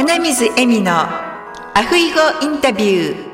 米水恵美のアフイゴインタビュー。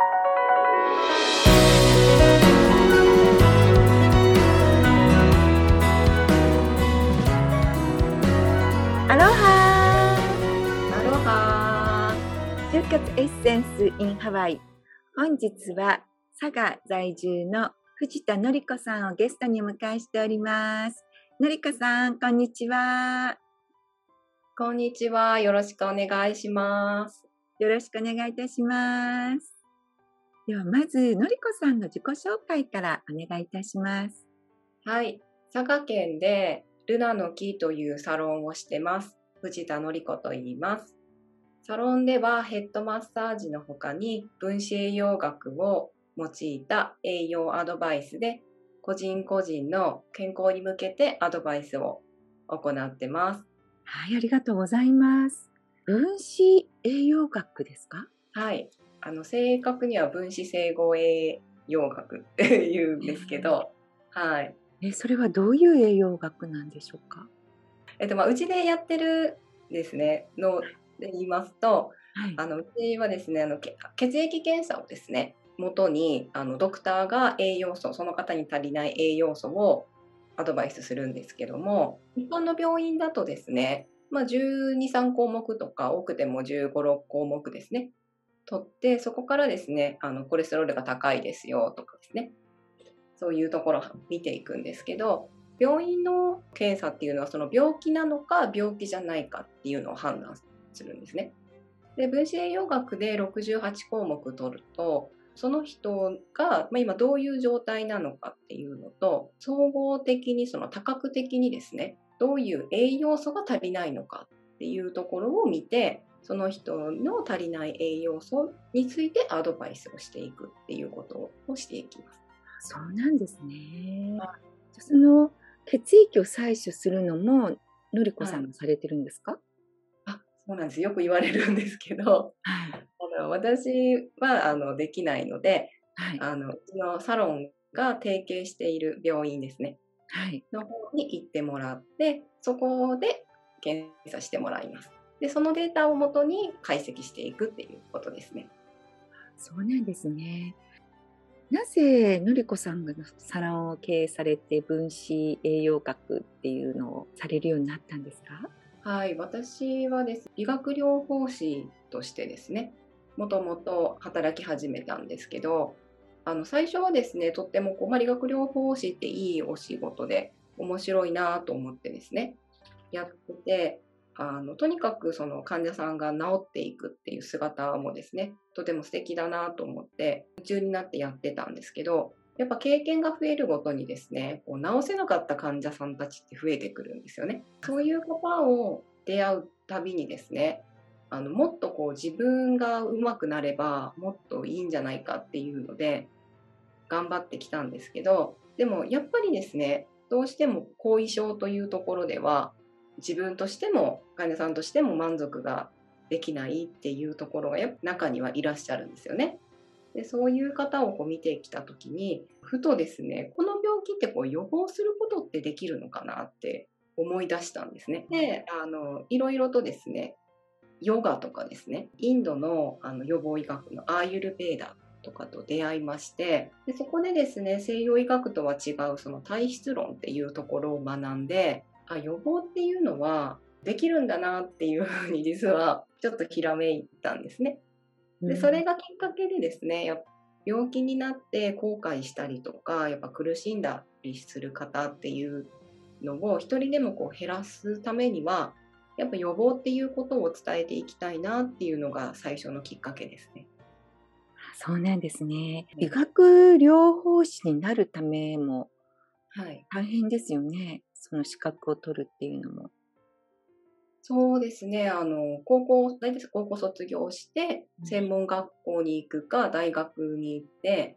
アロハアロハ就活エッセンス in ハワイ。本日は佐賀在住の藤田のりこさんをゲストにお迎えしております。のりこさん、こんにちは。 こんにちは。よろしくお願いします。 よろしくお願いいたします。ではまずのりこさんの自己紹介からお願いいたします。 はい。佐賀県でルナの木というサロンをしてます。藤田のりこと言います。サロンではヘッドマッサージの他に分子栄養学を用いた栄養アドバイスで個人個人の健康に向けてアドバイスを行ってます。 はい、ありがとうございます。分子栄養学ですか？ はい。正確には分子整合栄養学って言うんですけど、はい。 それはどういう栄養学なんでしょうか？ うちでやってるですね、ので言いますと、 はい、 うちはですね、血液検査をですね、元に、ドクターが栄養素、その方に足りない栄養素をアドバイスするんですけども、一般の病院だとですね、12、3項目とか、多くても15、6項目ですね、取って、そこからですね、コレステロールが高いですよとかですね、そういうところを見ていくんですけど、病院の検査っていうのはその病気なのか病気じゃないかっていうのを判断するんですね。で、分子栄養学で68項目取ると、その人が、今どういう状態なのかっていうのと、総合的にその多角的にですね、どういう栄養素が足りないのかっていうところを見て、その人の足りない栄養素についてアドバイスをしていくっていうことをしていきます。 そうなんですね。その血液を採取するのものりこさんがされてるんですか？ そうなんです。よく言われるんですけど、 はい、 私はできないので、 はい、 うちのサロンが提携している病院ですね、 はい。 の方に行ってもらって、そこで検査してもらいます。で、そのデータをもとに解析していくっていうことですね。 そうなんですね。なぜのりこさんがサロンを経営されて分子栄養学っていうのをされるようになったんですか？ はい、私はです、理学療法士としてですね、もともと働き始めたんですけど、最初はですね、とっても理学療法士っていいお仕事で面白いなと思ってですね、やってて、とにかくその患者さんが治っていくっていう姿もですね、とても素敵だなと思って夢中になってやってたんですけど、やっぱ経験が増えるごとにですね、治せなかった患者さんたちって増えてくるんですよね。そういう方を出会うたびにですね、もっと自分が上手くなればもっといいんじゃないかっていうので頑張ってきたんですけど、でもやっぱりですね、どうしても後遺症というところでは自分としても患者さんとしても満足ができないっていうところが中にはいらっしゃるんですよね。で、そういう方を見てきたときに、ふとですね、この病気って予防することってできるのかなって思い出したんですね。で、いろいろとですね、ヨガとかですね、インドの予防医学のアーユルベーダとかと出会いまして、でそこでですね、西洋医学とは違うその体質論っていうところを学んで、予防っていうのはできるんだなっていうふうに実はちょっとひらめいたんですね。で、それがきっかけでですね、病気になって後悔したりとか、やっぱ苦しんだりする方っていうのを一人でも減らすためには、やっぱ予防っていうことを伝えていきたいなっていうのが最初のきっかけですね。 そうなんですね。理はい。 学療法士になるためもはい。 大変ですよね。その資格を取るっていうのも。 そうですね。大体高校卒業して、専門学校に行くか、大学に行って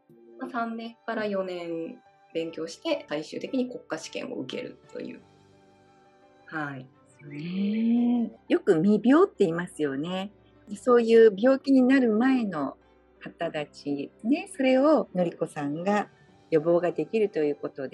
、3年から4年勉強して、最終的に国家試験を受けるという。はい。 よく未病って言いますよね。そういう病気になる前の方たちね、それをのりこさんが予防ができるということで、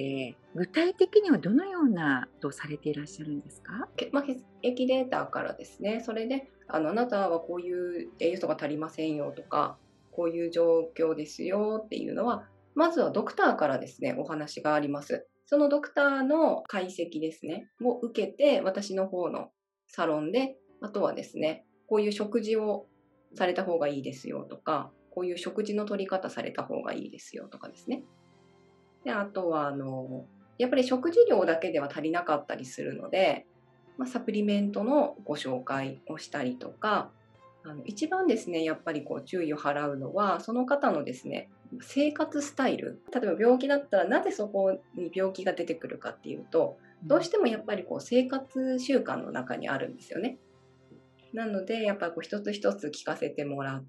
具体的にはどのようなことをされていらっしゃるんですか？ 血液データからですね、それであなたはこういう栄養素が足りませんよとか、こういう状況ですよっていうのは、まずはドクターからですね、お話があります。そのドクターの解析ですね、を受けて、私の方のサロンで、あとはですね、こういう食事をされた方がいいですよとか、こういう食事の取り方された方がいいですよとかですね。で、あとはやっぱり食事量だけでは足りなかったりするので、サプリメントのご紹介をしたりとか、一番ですね、やっぱりこう注意を払うのは、その方のですね、生活スタイル。例えば病気だったら、なぜそこに病気が出てくるかっていうと、どうしてもやっぱりこう生活習慣の中にあるんですよね。なので、やっぱこう一つ一つ聞かせてもらって、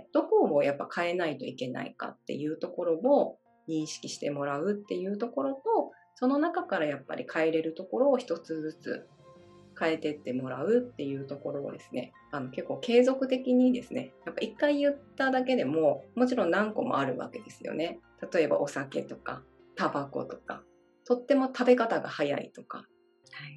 どこをやっぱ変えないといけないかっていうところを認識してもらうっていうところと、その中からやっぱり変えれるところを一つずつ変えてってもらうっていうところをですね、結構継続的にですね、やっぱ一回言っただけでも、もちろん何個もあるわけですよね。例えばお酒とか、タバコとか、とっても食べ方が早いとか、 はい。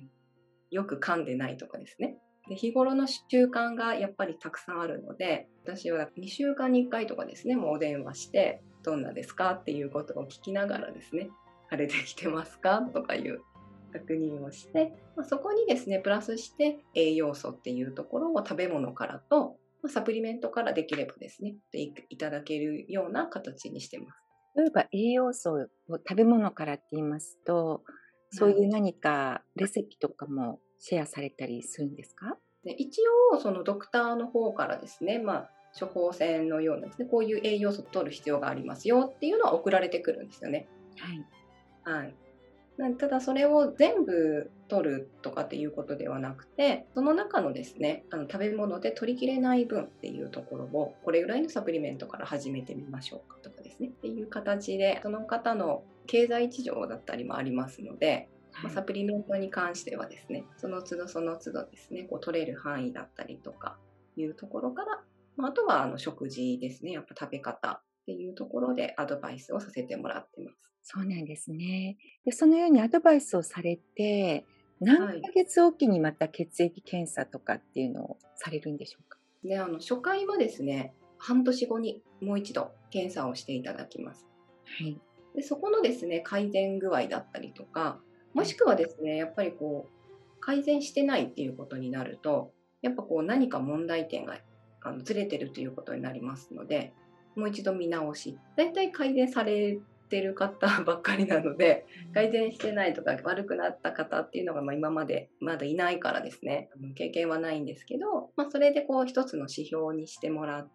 よく噛んでないとかですね。で、日頃の習慣がやっぱりたくさんあるので、私は2週間に1回とかですね、もうお電話して、どんなですかっていうことを聞きながらですね、腫れてきてますかとかいう確認をして、そこにですね、プラスして栄養素っていうところを食べ物からと、サプリメントからできればですね、いただけるような形にしてます。 例えば栄養素を食べ物からって言いますと、そういう何かレシピとかもシェアされたりするんですか？ で一応、そのドクターの方からですね、処方箋のようなですね、こういう栄養素を取る必要がありますよっていうのは送られてくるんですよね。 はい。 はい。ただそれを全部取るとかっていうことではなくて、その中のですね、食べ物で取りきれない分っていうところを、これぐらいのサプリメントから始めてみましょうかとかですね、っていう形で、その方の経済事情だったりもありますので、 はい。 サプリメントに関してはですね、その都度その都度ですね、こう取れる範囲だったりとかいうところから、あとは食事ですね、やっぱ食べ方っていうところでアドバイスをさせてもらってます。 そうなんですね。で、そのようにアドバイスをされて、何ヶはい。 月おきにまた血液検査とかっていうのをされるんでしょうか？ で、初回はですね、半年後にもう一度検査をしていただきます。 はい。 で、そこのですね、改善具合だったりとか、もはい。 しくはですね、やっぱりこう、改善してないっていうことになると、やっぱこう何か問題点がずれてるということになりますので、もう一度見直し。だいたい改善されてる方ばっかりなので、改善してないとか悪くなった方っていうのが今までまだいないからですね、経験はないんですけど、それでこう一つの指標にしてもらって、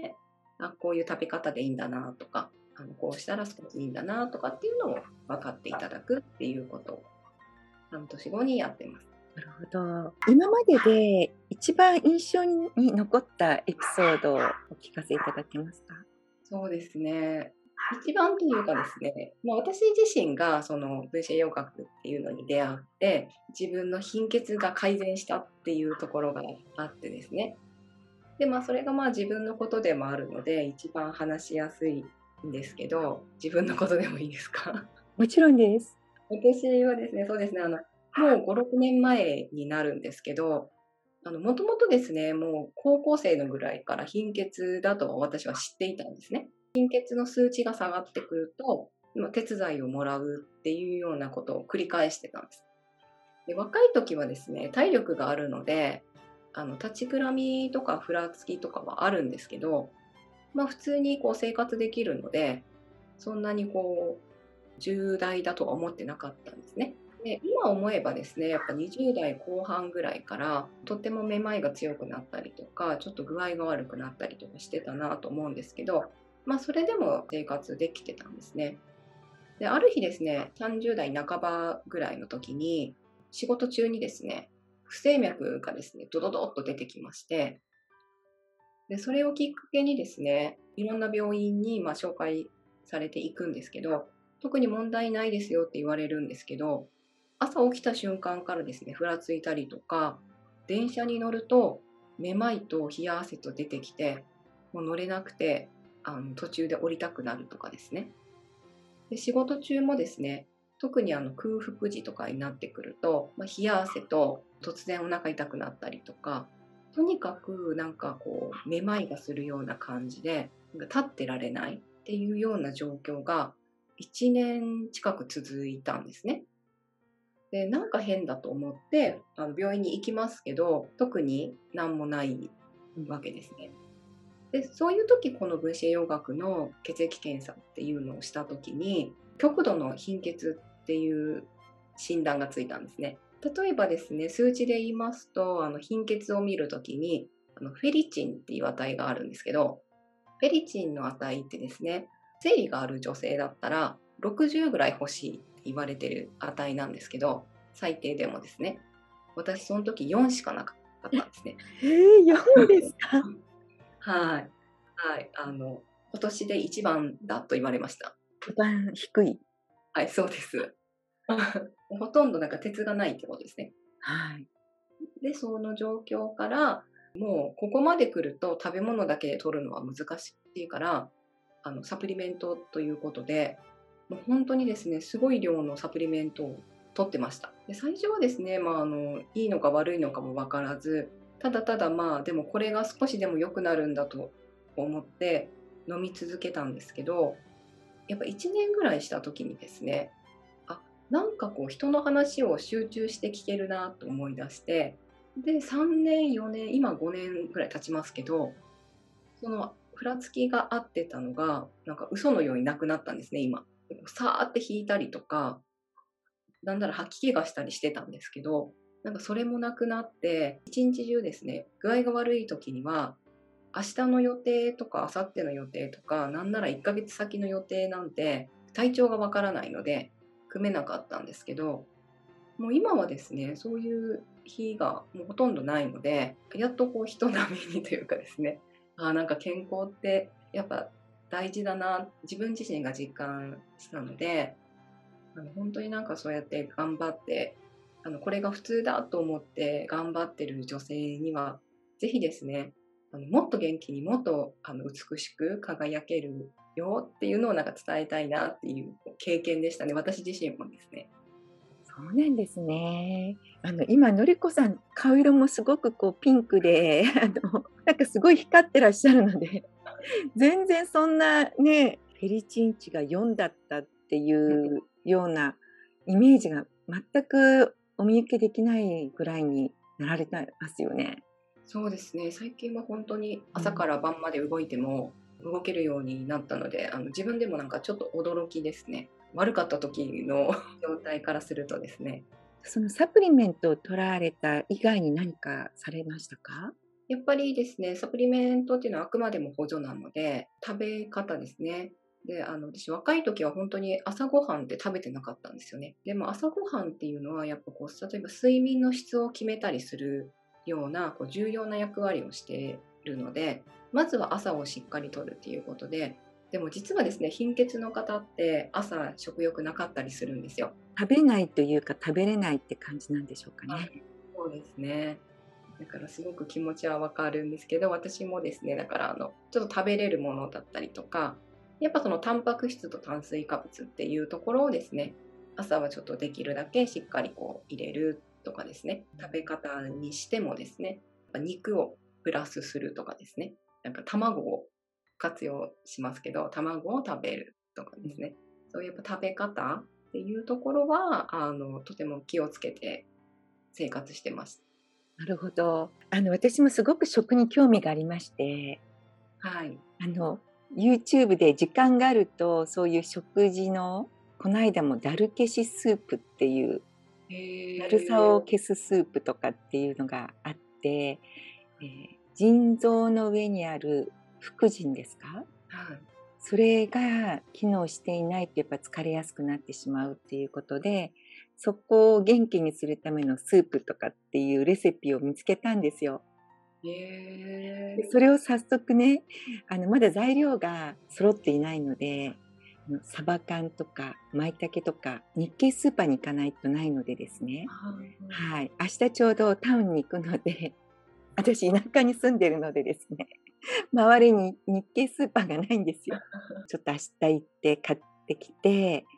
こういう食べ方でいいんだなとか、こうしたら少しいいんだなとかっていうのを分かっていただくっていうことを半年後にやってます。 なるほど。今までで一番印象に残ったエピソードをお聞かせいただけますか？ そうですね。一番というかですね、私自身がその分子栄養学っていうのに出会って、自分の貧血が改善したっていうところがあってですね。で、それが自分のことでもあるので、一番話しやすいんですけど、自分のことでもいいですか？ もちろんです。 私はですね、そうですね、もう5、6年前になるんですけど、もともとですね、もう高校生のぐらいから貧血だと私は知っていたんですね。貧血の数値が下がってくると、手伝いをもらうっていうようなことを繰り返してたんです。で、若い時はですね、体力があるので、立ちくらみとかふらつきとかはあるんですけど、普通にこう生活できるので、そんなにこう重大だとは思ってなかったんですね。で、今思えばですね、やっぱ20代後半ぐらいから、とってもめまいが強くなったりとか、ちょっと具合が悪くなったりとかしてたなと思うんですけど、それでも生活できてたんですね。で、ある日ですね、30代半ばぐらいの時に、仕事中にですね、不整脈がですね、ドドドッと出てきまして、で、それをきっかけにですね、いろんな病院に紹介されていくんですけど、特に問題ないですよって言われるんですけど、朝起きた瞬間からですね、ふらついたりとか、電車に乗ると、めまいと冷や汗と出てきて、もう乗れなくて、途中で降りたくなるとかですね。で、仕事中もですね、 特に空腹時とかになってくると、冷や汗と突然お腹痛くなったりとか、とにかくなんかこうめまいがするような感じで、なんか立ってられないっていうような状況が1年近く続いたんですね。で、なんか変だと思って病院に行きますけど、特になんもないわけですね。で、そういう時、この分子栄養学の血液検査っていうのをした時に、極度の貧血っていう診断がついたんですね。例えばですね、数値で言いますと、貧血を見る時に、フェリチンっていう値があるんですけど、フェリチンの値ってですね、生理がある女性だったら60ぐらい欲しいって言われてる値なんですけど、最低でもですね、私その時4しかなかったんですね。 4ですか？ はい。はい。今年で一番だと言われました。 一番低い。 はい、そうです。ほとんどなんか鉄がないってことですね。 はい。 で、その状況から、もうここまで来ると食べ物だけで取るのは難しいから、サプリメントということで、もう本当にですね、すごい量のサプリメントを取ってました。で、最初はですね、いいのか悪いのかも分からず、ただただでもこれが少しでも良くなるんだと思って飲み続けたんですけど、やっぱ1年ぐらいした時にですね、あ、なんかこう人の話を集中して聞けるなと思い出して、で、3年、4年、今5年ぐらい経ちますけど、そのふらつきがあってたのが、なんか嘘のようになくなったんですね、今。さーって引いたりとか、なんなら吐き気がしたりしてたんですけど、なんかそれもなくなって、一日中ですね、具合が悪い時には、明日の予定とか明後日の予定とか、なんなら1ヶ月先の予定なんて、体調がわからないので、組めなかったんですけど、もう今はですね、そういう日がもうほとんどないので、やっとこう人並みにというかですね、なんか健康ってやっぱ大事だな、自分自身が実感したので、本当になんかそうやって頑張って、これが普通だと思って頑張ってる女性には、ぜひですね、もっと元気にもっと美しく輝けるよっていうのをなんか伝えたいなっていう経験でしたね。私自身もですね。 そうなんですね。今のりこさん、顔色もすごくこうピンクで、なんかすごい光ってらっしゃるので、全然そんなね、フェリチン値が4だったっていうようなイメージが全くお見受けできないぐらいになられてますよね。 そうですね。最近は本当に朝から晩まで動いても動けるようになったので、自分でもなんかちょっと驚きですね。悪かった時の状態からするとですね。 そのサプリメントを取られた以外に何かされましたか？ やっぱりですね、サプリメントっていうのはあくまでも補助なので、食べ方ですね。で、私若い時は本当に朝ごはんって食べてなかったんですよね。でも朝ごはんっていうのはやっぱこう、例えば睡眠の質を決めたりするようなこう重要な役割をしているので、まずは朝をしっかりとるっていうことで、でも実はですね、貧血の方って朝食欲なかったりするんですよ。 食べないというか食べれないって感じなんでしょうかね。 そうですね。だからすごく気持ちはわかるんですけど、私もですね、だからちょっと食べれるものだったりとか、やっぱそのタンパク質と炭水化物っていうところをですね、朝はちょっとできるだけしっかりこう入れるとかですね、食べ方にしてもですね、肉をプラスするとかですね、なんか卵を活用しますけど、卵を食べるとかですね、そういうやっぱ食べ方っていうところは、とても気をつけて生活してます。 なるほど。私もすごく食に興味がありまして、 はい。 YouTube で時間があると、そういう食事の、この間もダル消しスープっていう、だるさをへえ。 消すスープとかっていうのがあって、腎臓の上にある副腎ですか？ はい。 それが機能していないとやっぱ疲れやすくなってしまうっていうことで、そこを元気にするためのスープとかっていうレシピを見つけたんですよ。 へで、 え。 それを早速ね、まだ材料が揃っていないので、サバ缶とか舞茸とか日系スーパーに行かないとないのでですね。 はい。 はい。明日ちょうどタウンに行くので、私田舎に住んでるのでですね、周りに日系スーパーがないんですよ。ちょっと明日行って買ってきて、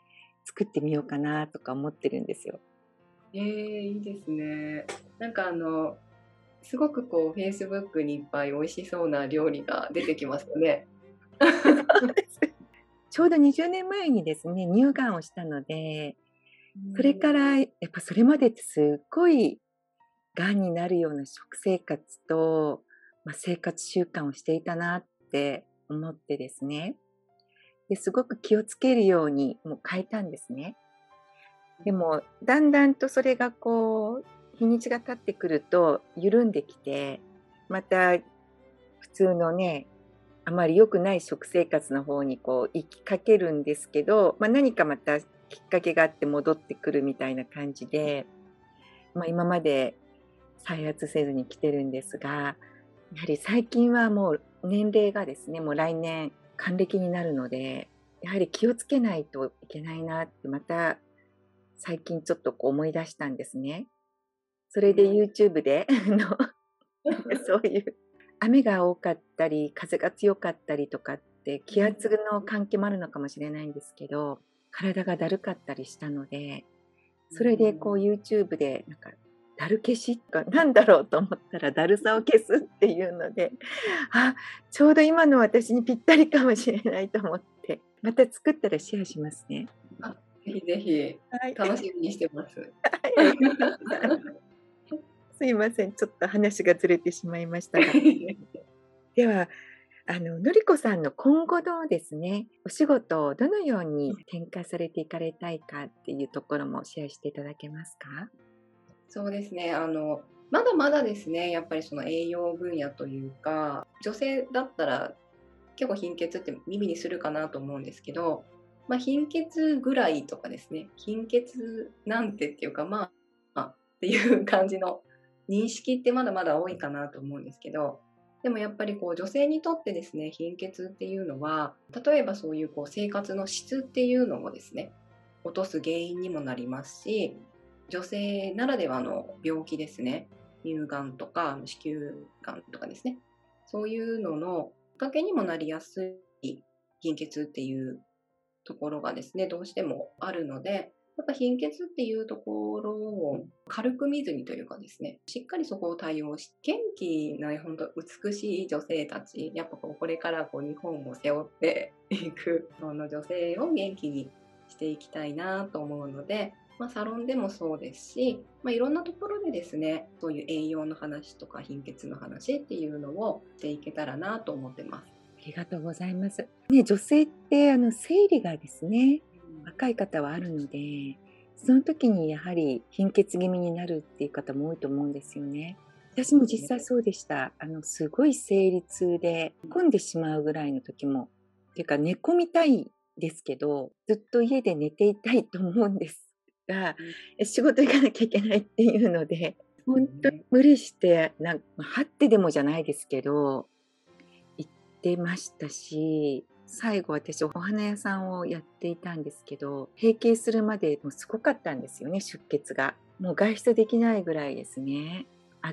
作ってみようかなとか思ってるんですよ。 いいですね。なんかすごくこう Facebook にいっぱい美味しそうな料理が出てきますよね。 そうです。ちょうど20年前にですね、乳がんをしたので、それからやっぱそれまでってすっごいがんになるような食生活と、生活習慣をしていたなって思ってですね。ですごく気をつけるようにもう変えたんですね。でも、だんだんとそれがこう、日にちが経ってくると緩んできて、また普通のね、あまり良くない食生活の方にこう行きかけるんですけど、何かまたきっかけがあって戻ってくるみたいな感じで、今まで再発せずに来てるんですが、やはり最近はもう年齢がですね、もう来年還暦になるので、やはり気をつけないといけないなってまた最近ちょっとこう思い出したんですね。それで YouTube でそういう雨が多かったり、風が強かったりとかって、気圧の関係もあるのかもしれないんですけど、体がだるかったりしたので、それでこう YouTube でなんか、だる消しとか、なんだろうと思ったら、だるさを消すっていうので、あ、ちょうど今の私にぴったりかもしれないと思って、また作ったらシェアしますね。 あ、ぜひぜひはい。 楽しみにしてます。 ありがとうございます。すいません、ちょっと話がずれてしまいましたが。では、のりこさんの今後のですね、お仕事をどのように展開されていかれたいかっていうところもシェアしていただけますか？ そうですね。まだまだですね、やっぱりその栄養分野というか、女性だったら結構貧血って耳にするかなと思うんですけど、貧血ぐらいとかですね、貧血なんてっていうか、っていう感じの認識ってまだまだ多いかなと思うんですけど、でもやっぱりこう女性にとってですね、貧血っていうのは、例えばそういうこう生活の質っていうのもですね、落とす原因にもなりますし、女性ならではの病気ですね、乳がんとか子宮がんとかですね、そういうののきっかけにもなりやすい貧血っていうところがですね、どうしてもあるので、やっぱ貧血っていうところを軽く見ずにというかですね、しっかりそこを対応し、元気な本当美しい女性たち、やっぱこれから日本を背負っていくその女性を元気にしていきたいなと思うので、サロンでもそうですし、いろんなところでですね、そういう栄養の話とか貧血の話っていうのをしていけたらなと思ってます。 ありがとうございます。ね、女性って生理がですね、若い方はあるので、その時にやはり貧血気味になるっていう方も多いと思うんですよね。私も実際そうでした。すごい生理痛で混んでしまうぐらいの時も、っていうか寝込みたいですけど、ずっと家で寝ていたいと思うんですが、仕事行かなきゃいけないっていうので、本当に無理して、はってでもじゃないですけど、行ってましたし、最後私お花屋さんをやっていたんですけど、閉経するまでもうすごかったんですよね、出血が。もう外出できないぐらいですね、あって、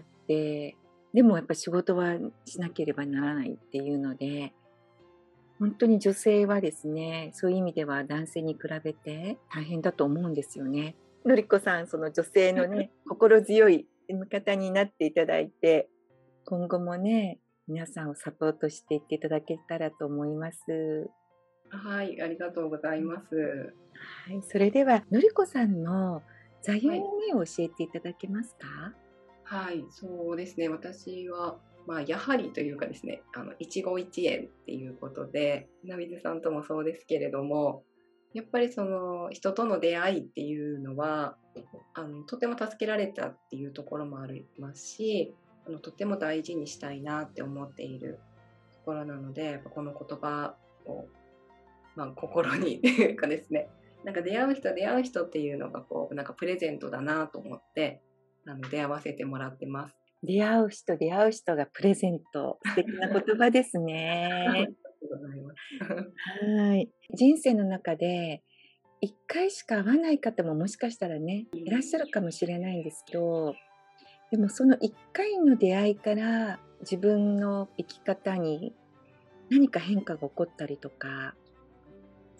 でもやっぱ仕事はしなければならないっていうので、本当に女性はですね、そういう意味では男性に比べて大変だと思うんですよね。のりこさん、その女性のね、心強い味方になっていただいて、今後もね、皆さんをサポートしていっていただけたらと思います。 はい、ありがとうございます。 はい、それでは、のりこさんの座右のはい。 銘を教えていただけますか？ はい、そうですね。私は、やはりというかですね、一期一会っていうことで、なみずさんともそうですけれども、やっぱりその人との出会いっていうのは、とても助けられたっていうところもありますし、とても大事にしたいなって思っているところなので、やっぱこの言葉を、心にというかですね、なんか出会う人っていうのがなんかプレゼントだなと思って、出会わせてもらってます。 出会う人、出会う人がプレゼント。素敵な言葉ですね。 ありがとうございます。 はい。人生の中で1回しか会わない方ももしかしたらね、いらっしゃるかもしれないんですけど、でもその1回の出会いから自分の生き方に何か変化が起こったりとか、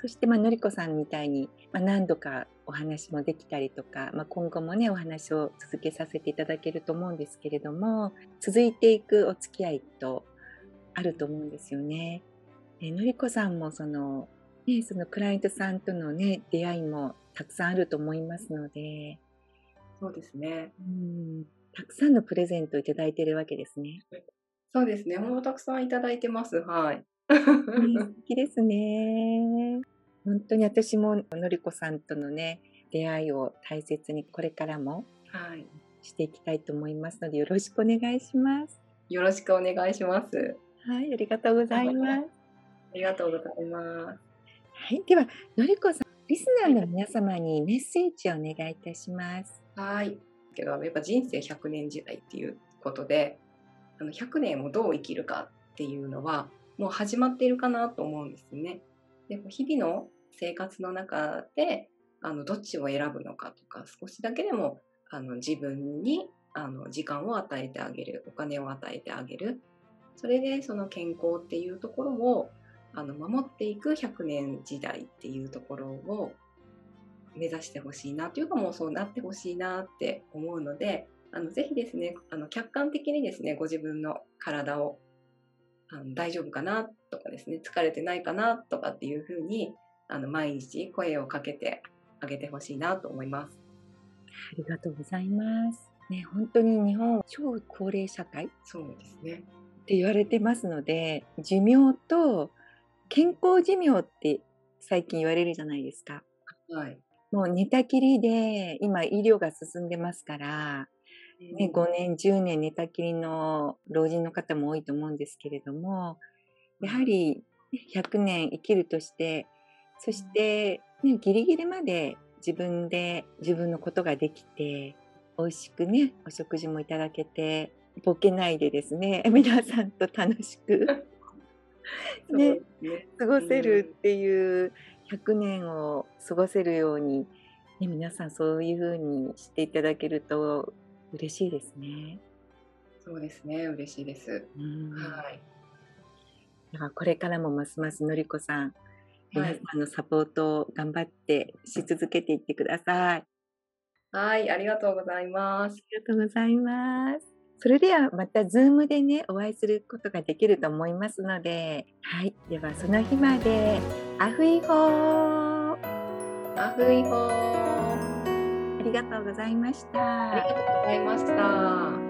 そして、のりこさんみたいに、何度かお話もできたりとか、今後もね、お話を続けさせていただけると思うんですけれども、続いていくお付き合いとあると思うんですよね。のりこさんもそのクライアントさんとのね、出会いもたくさんあると思いますので、 そうですね。 たくさんのプレゼントをいただいているわけですね。 そうですね。もうたくさんいただいてます。はい。 素敵ですね。本当に私ものりこさんとのね、出会いを大切にこれからもしていきたいと思いますので、よろしくお願いします。 よろしくお願いします。 はい、ありがとうございます。 ありがとうございます。 はい、ではのりこさん、リスナーの皆様にメッセージをお願いいたします。 はい。けどやっぱ人生100年時代っていうことで、100年をどう生きるかっていうのはもう始まっているかなと思うんですね。で、日々の生活の中でどっちを選ぶのかとか、少しだけでも自分に時間を与えてあげる、お金を与えてあげる、それでその健康っていうところを守っていく100年時代っていうところを目指してほしいなというか、もうそうなってほしいなって思うので、ぜひですね、客観的にですね、ご自分の体を大丈夫かなとかですね、疲れてないかなとかっていうふうに毎日声をかけてあげてほしいなと思います。 ありがとうございます。ね、本当に日本超高齢社会そうですねって言われてますので、寿命と健康寿命って最近言われるじゃないですか。 はい。 もう寝たきりで今医療が進んでますから、ね、5年10年寝たきりの老人の方も多いと思うんですけれども、やはり100年生きるとして、そして、ね、ギリギリまで自分で自分のことができて、美味しくねお食事もいただけて、ボケないでですね、皆さんと楽しくね、過ごせるっていう100年を過ごせるように、ね、皆さんそういう風にしていただけると嬉しいですね。 そうですね、嬉しいです。はい。 だからこれからもますますのりこさん、皆さはい。 んのサポートを頑張ってし続けていってください。 はい、ありがとうございます。 ありがとうございます。それではまた Zoom でね、お会いすることができると思いますので、はい、ではその日まで、アフイホー。 アフイホー。 ありがとうございました。 ありがとうございました。